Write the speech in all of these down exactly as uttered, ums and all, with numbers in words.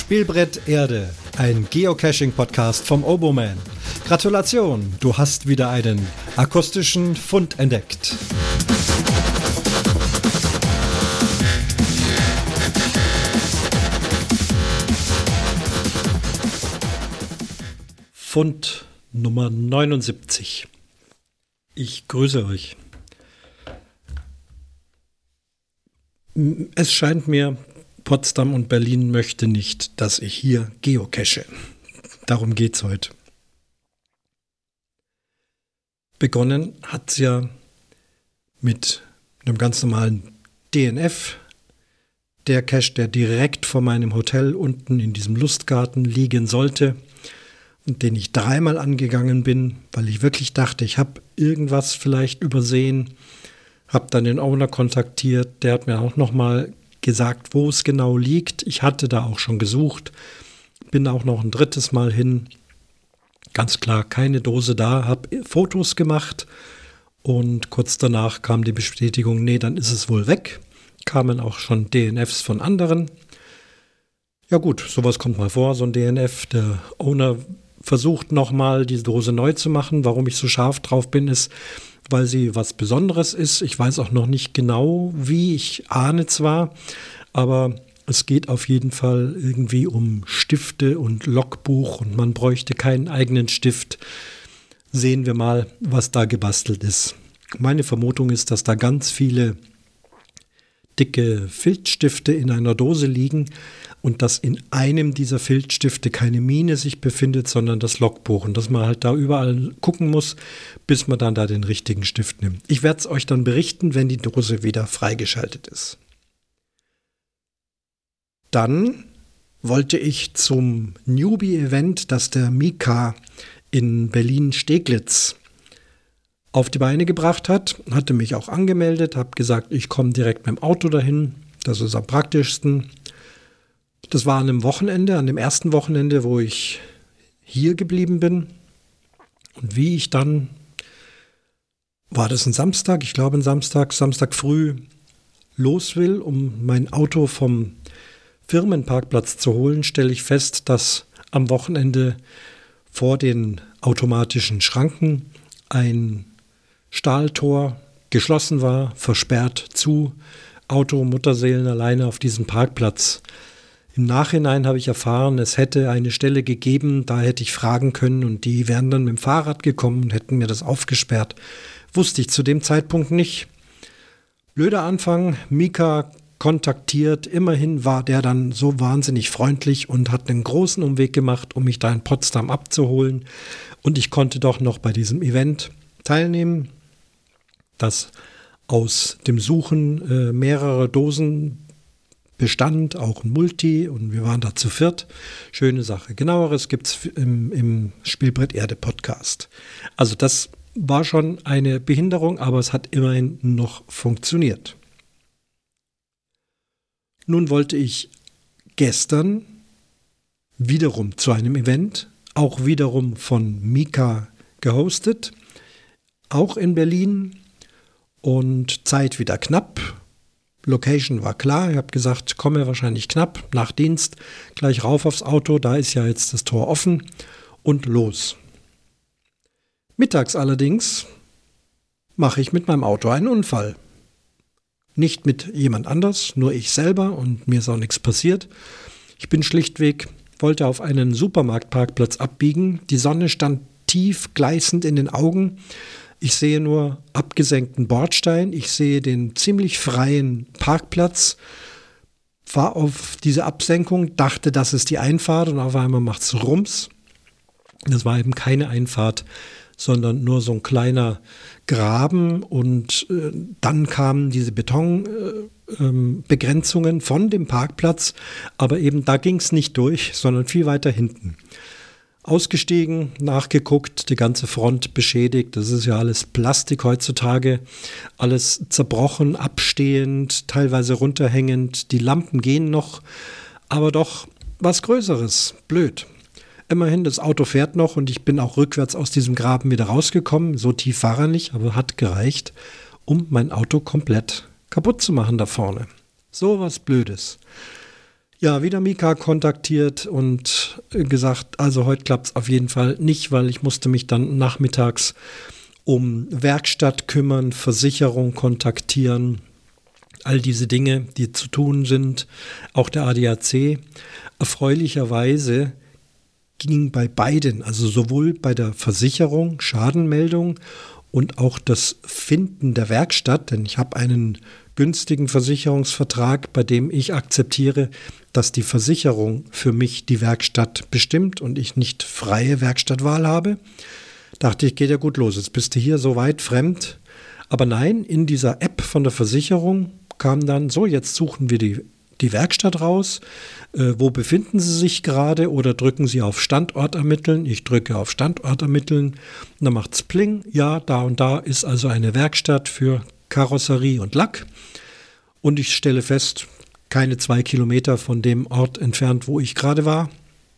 Spielbrett Erde, ein Geocaching-Podcast vom Oboman. Gratulation, du hast wieder einen akustischen Fund entdeckt. Fund Nummer neunundsiebzig. Ich grüße euch. Es scheint mir, Potsdam und Berlin möchte nicht, dass ich hier geocache. Darum geht's heute. Begonnen hat's ja mit einem ganz normalen D N F. Der Cache, der direkt vor meinem Hotel unten in diesem Lustgarten liegen sollte und den ich dreimal angegangen bin, weil ich wirklich dachte, ich habe irgendwas vielleicht übersehen. Habe dann den Owner kontaktiert, der hat mir auch nochmal gesagt, wo es genau liegt. Ich hatte da auch schon gesucht, bin auch noch ein drittes Mal hin. Ganz klar, keine Dose da, habe Fotos gemacht und kurz danach kam die Bestätigung, nee, dann ist es wohl weg. Kamen auch schon D N Fs von anderen. Ja gut, sowas kommt mal vor, so ein D N F. Der Owner versucht nochmal, die Dose neu zu machen. Warum ich so scharf drauf bin, ist, weil sie was Besonderes ist. Ich weiß auch noch nicht genau, wie. Ich ahne zwar, aber es geht auf jeden Fall irgendwie um Stifte und Logbuch und man bräuchte keinen eigenen Stift. Sehen wir mal, was da gebastelt ist. Meine Vermutung ist, dass da ganz viele dicke Filzstifte in einer Dose liegen und dass in einem dieser Filzstifte keine Mine sich befindet, sondern das Logbuch und dass man halt da überall gucken muss, bis man dann da den richtigen Stift nimmt. Ich werde es euch dann berichten, wenn die Dose wieder freigeschaltet ist. Dann wollte ich zum Newbie-Event, das der Mika in Berlin-Steglitz auf die Beine gebracht hat, hatte mich auch angemeldet, habe gesagt, ich komme direkt mit dem Auto dahin, das ist am praktischsten. Das war an einem Wochenende, an dem ersten Wochenende, wo ich hier geblieben bin. Und wie ich dann, war das ein Samstag, ich glaube ein Samstag, Samstag früh los will, um mein Auto vom Firmenparkplatz zu holen, stelle ich fest, dass am Wochenende vor den automatischen Schranken ein Stahltor geschlossen war, versperrt zu, Auto, Mutterseelen alleine auf diesem Parkplatz. Im Nachhinein habe ich erfahren, es hätte eine Stelle gegeben, da hätte ich fragen können und die wären dann mit dem Fahrrad gekommen und hätten mir das aufgesperrt. Wusste ich zu dem Zeitpunkt nicht. Blöder Anfang, Mika kontaktiert, immerhin war der dann so wahnsinnig freundlich und hat einen großen Umweg gemacht, um mich da in Potsdam abzuholen und ich konnte doch noch bei diesem Event teilnehmen, das aus dem Suchen äh, mehrerer Dosen bestand, auch ein Multi und wir waren da zu viert. Schöne Sache. Genaueres gibt es im, im Spielbrett Erde Podcast. Also das war schon eine Behinderung, aber es hat immerhin noch funktioniert. Nun wollte ich gestern wiederum zu einem Event, auch wiederum von Mika gehostet, auch in Berlin und Zeit wieder knapp. Location war klar, ich habe gesagt, komme wahrscheinlich knapp, nach Dienst, gleich rauf aufs Auto, da ist ja jetzt das Tor offen und los. Mittags allerdings mache ich mit meinem Auto einen Unfall. Nicht mit jemand anders, nur ich selber und mir ist auch nichts passiert. Ich bin schlichtweg, wollte auf einen Supermarktparkplatz abbiegen, die Sonne stand tief gleißend in den Augen. Ich sehe nur abgesenkten Bordstein, ich sehe den ziemlich freien Parkplatz, war auf diese Absenkung, dachte, das ist die Einfahrt und auf einmal macht es Rums. Das war eben keine Einfahrt, sondern nur so ein kleiner Graben und äh, dann kamen diese Betonbegrenzungen äh, äh, von dem Parkplatz, aber eben da ging es nicht durch, sondern viel weiter hinten. Ausgestiegen, nachgeguckt, die ganze Front beschädigt. Das ist ja alles Plastik heutzutage. Alles zerbrochen, abstehend, teilweise runterhängend. Die Lampen gehen noch, aber doch was Größeres. Blöd. Immerhin, das Auto fährt noch und ich bin auch rückwärts aus diesem Graben wieder rausgekommen. So tief war er nicht, aber hat gereicht, um mein Auto komplett kaputt zu machen da vorne. So was Blödes. Ja, wieder Mika kontaktiert und gesagt, also heute klappt es auf jeden Fall nicht, weil ich musste mich dann nachmittags um Werkstatt kümmern, Versicherung kontaktieren, all diese Dinge, die zu tun sind, auch der A D A C. Erfreulicherweise ging bei beiden, also sowohl bei der Versicherung, Schadenmeldung und auch das Finden der Werkstatt, denn ich habe einen günstigen Versicherungsvertrag, bei dem ich akzeptiere, dass die Versicherung für mich die Werkstatt bestimmt und ich nicht freie Werkstattwahl habe. Dachte ich, geht ja gut los, jetzt bist du hier so weit fremd. Aber nein, in dieser App von der Versicherung kam dann so, jetzt suchen wir die, die Werkstatt raus. Äh, wo befinden Sie sich gerade oder drücken Sie auf Standort ermitteln? Ich drücke auf Standort ermitteln und dann macht es Pling. Ja, da und da ist also eine Werkstatt für Karosserie und Lack. Und ich stelle fest, keine zwei Kilometer von dem Ort entfernt, wo ich gerade war.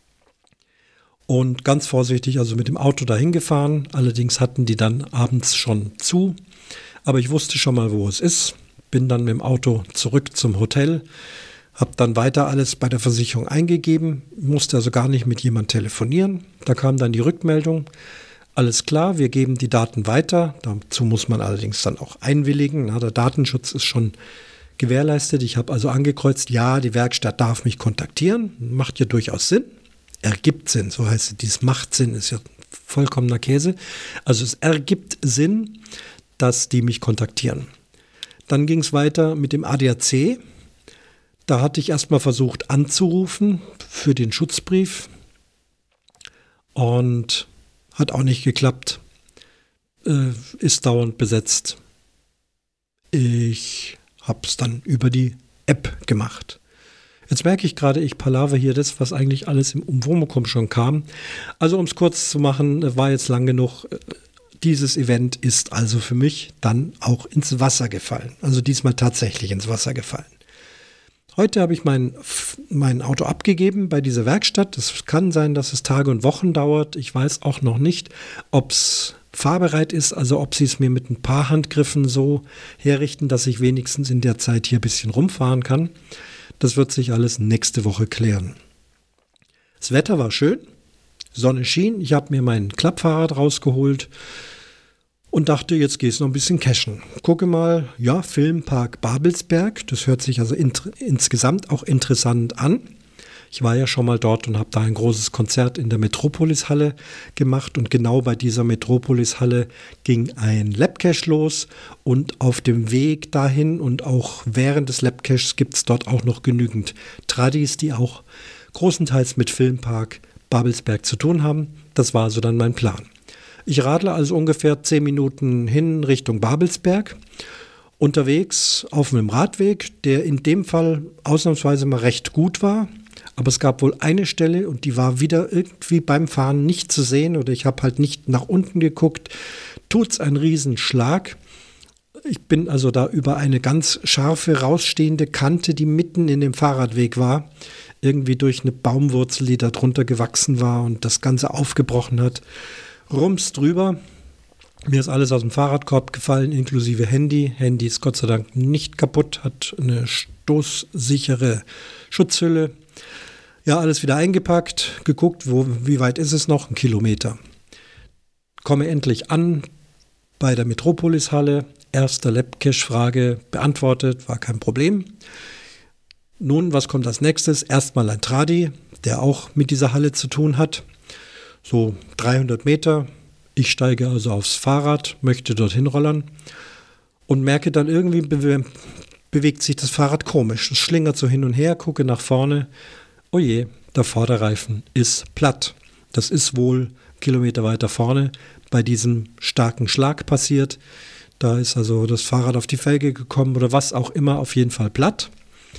Und ganz vorsichtig also mit dem Auto dahin gefahren. Allerdings hatten die dann abends schon zu. Aber ich wusste schon mal, wo es ist. Bin dann mit dem Auto zurück zum Hotel. Habe dann weiter alles bei der Versicherung eingegeben. Musste also gar nicht mit jemandem telefonieren. Da kam dann die Rückmeldung. Alles klar, wir geben die Daten weiter. Dazu muss man allerdings dann auch einwilligen. Na, der Datenschutz ist schon gewährleistet. Ich habe also angekreuzt, ja, die Werkstatt darf mich kontaktieren. Macht ja durchaus Sinn. Ergibt Sinn, so heißt es. Dieses macht Sinn, ist ja vollkommener Käse. Also es ergibt Sinn, dass die mich kontaktieren. Dann ging es weiter mit dem A D A C. Da hatte ich erstmal versucht anzurufen für den Schutzbrief und hat auch nicht geklappt. Äh, ist dauernd besetzt. Ich habe es dann über die App gemacht. Jetzt merke ich gerade, ich palaver hier das, was eigentlich alles im Umwomukum schon kam. Also um es kurz zu machen, war jetzt lang genug. Dieses Event ist also für mich dann auch ins Wasser gefallen. Also diesmal tatsächlich ins Wasser gefallen. Heute habe ich mein, mein Auto abgegeben bei dieser Werkstatt. Es kann sein, dass es Tage und Wochen dauert. Ich weiß auch noch nicht, ob es fahrbereit ist, also ob sie es mir mit ein paar Handgriffen so herrichten, dass ich wenigstens in der Zeit hier ein bisschen rumfahren kann. Das wird sich alles nächste Woche klären. Das Wetter war schön, Sonne schien. Ich habe mir mein Klappfahrrad rausgeholt und dachte, jetzt gehst du noch ein bisschen cashen. Gucke mal, ja, Filmpark Babelsberg. Das hört sich also int- insgesamt auch interessant an. Ich war ja schon mal dort und habe da ein großes Konzert in der Metropolis-Halle gemacht. Und genau bei dieser Metropolis-Halle ging ein Labcache los. Und auf dem Weg dahin und auch während des Labcaches gibt es dort auch noch genügend Tradis, die auch großenteils mit Filmpark Babelsberg zu tun haben. Das war also dann mein Plan. Ich radle also ungefähr zehn Minuten hin Richtung Babelsberg. Unterwegs auf einem Radweg, der in dem Fall ausnahmsweise mal recht gut war. Aber es gab wohl eine Stelle und die war wieder irgendwie beim Fahren nicht zu sehen oder ich habe halt nicht nach unten geguckt. Tut's einen Riesenschlag. Ich bin also da über eine ganz scharfe, rausstehende Kante, die mitten in dem Fahrradweg war, irgendwie durch eine Baumwurzel, die da drunter gewachsen war und das Ganze aufgebrochen hat. Rums drüber. Mir ist alles aus dem Fahrradkorb gefallen, inklusive Handy. Handy ist Gott sei Dank nicht kaputt, hat eine stoßsichere Schutzhülle. Ja, alles wieder eingepackt, geguckt, wo, wie weit ist es noch? Ein Kilometer. Komme endlich an bei der Metropolis-Halle. Erste Labcache-Frage beantwortet, war kein Problem. Nun, was kommt als nächstes? Erstmal ein Tradi, der auch mit dieser Halle zu tun hat. So dreihundert Meter. Ich steige also aufs Fahrrad, möchte dorthin rollern und merke dann irgendwie be- bewegt sich das Fahrrad komisch. Es schlingert so hin und her, gucke nach vorne. Oh je, der Vorderreifen ist platt. Das ist wohl Kilometer weiter vorne bei diesem starken Schlag passiert. Da ist also das Fahrrad auf die Felge gekommen oder was auch immer, auf jeden Fall platt.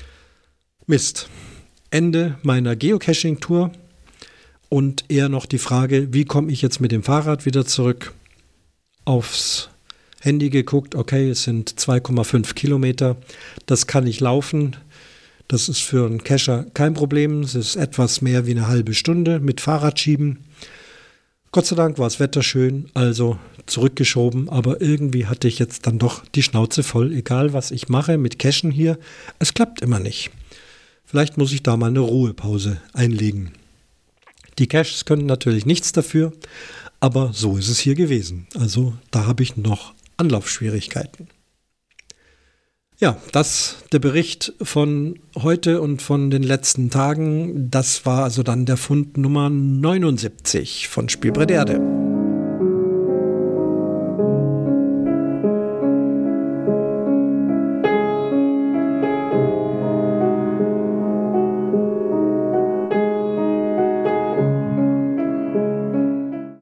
Mist. Ende meiner Geocaching-Tour und eher noch die Frage, wie komme ich jetzt mit dem Fahrrad wieder zurück? Aufs Handy geguckt, okay, es sind zwei Komma fünf Kilometer, das kann ich laufen. Das ist für einen Cacher kein Problem. Es ist etwas mehr wie eine halbe Stunde mit Fahrradschieben. Gott sei Dank war das Wetter schön, also zurückgeschoben. Aber irgendwie hatte ich jetzt dann doch die Schnauze voll. Egal, was ich mache mit Cachen hier, es klappt immer nicht. Vielleicht muss ich da mal eine Ruhepause einlegen. Die Caches können natürlich nichts dafür, aber so ist es hier gewesen. Also da habe ich noch Anlaufschwierigkeiten. Ja, das der Bericht von heute und von den letzten Tagen. Das war also dann der Fund Nummer neunundsiebzig von Spielbrett Erde.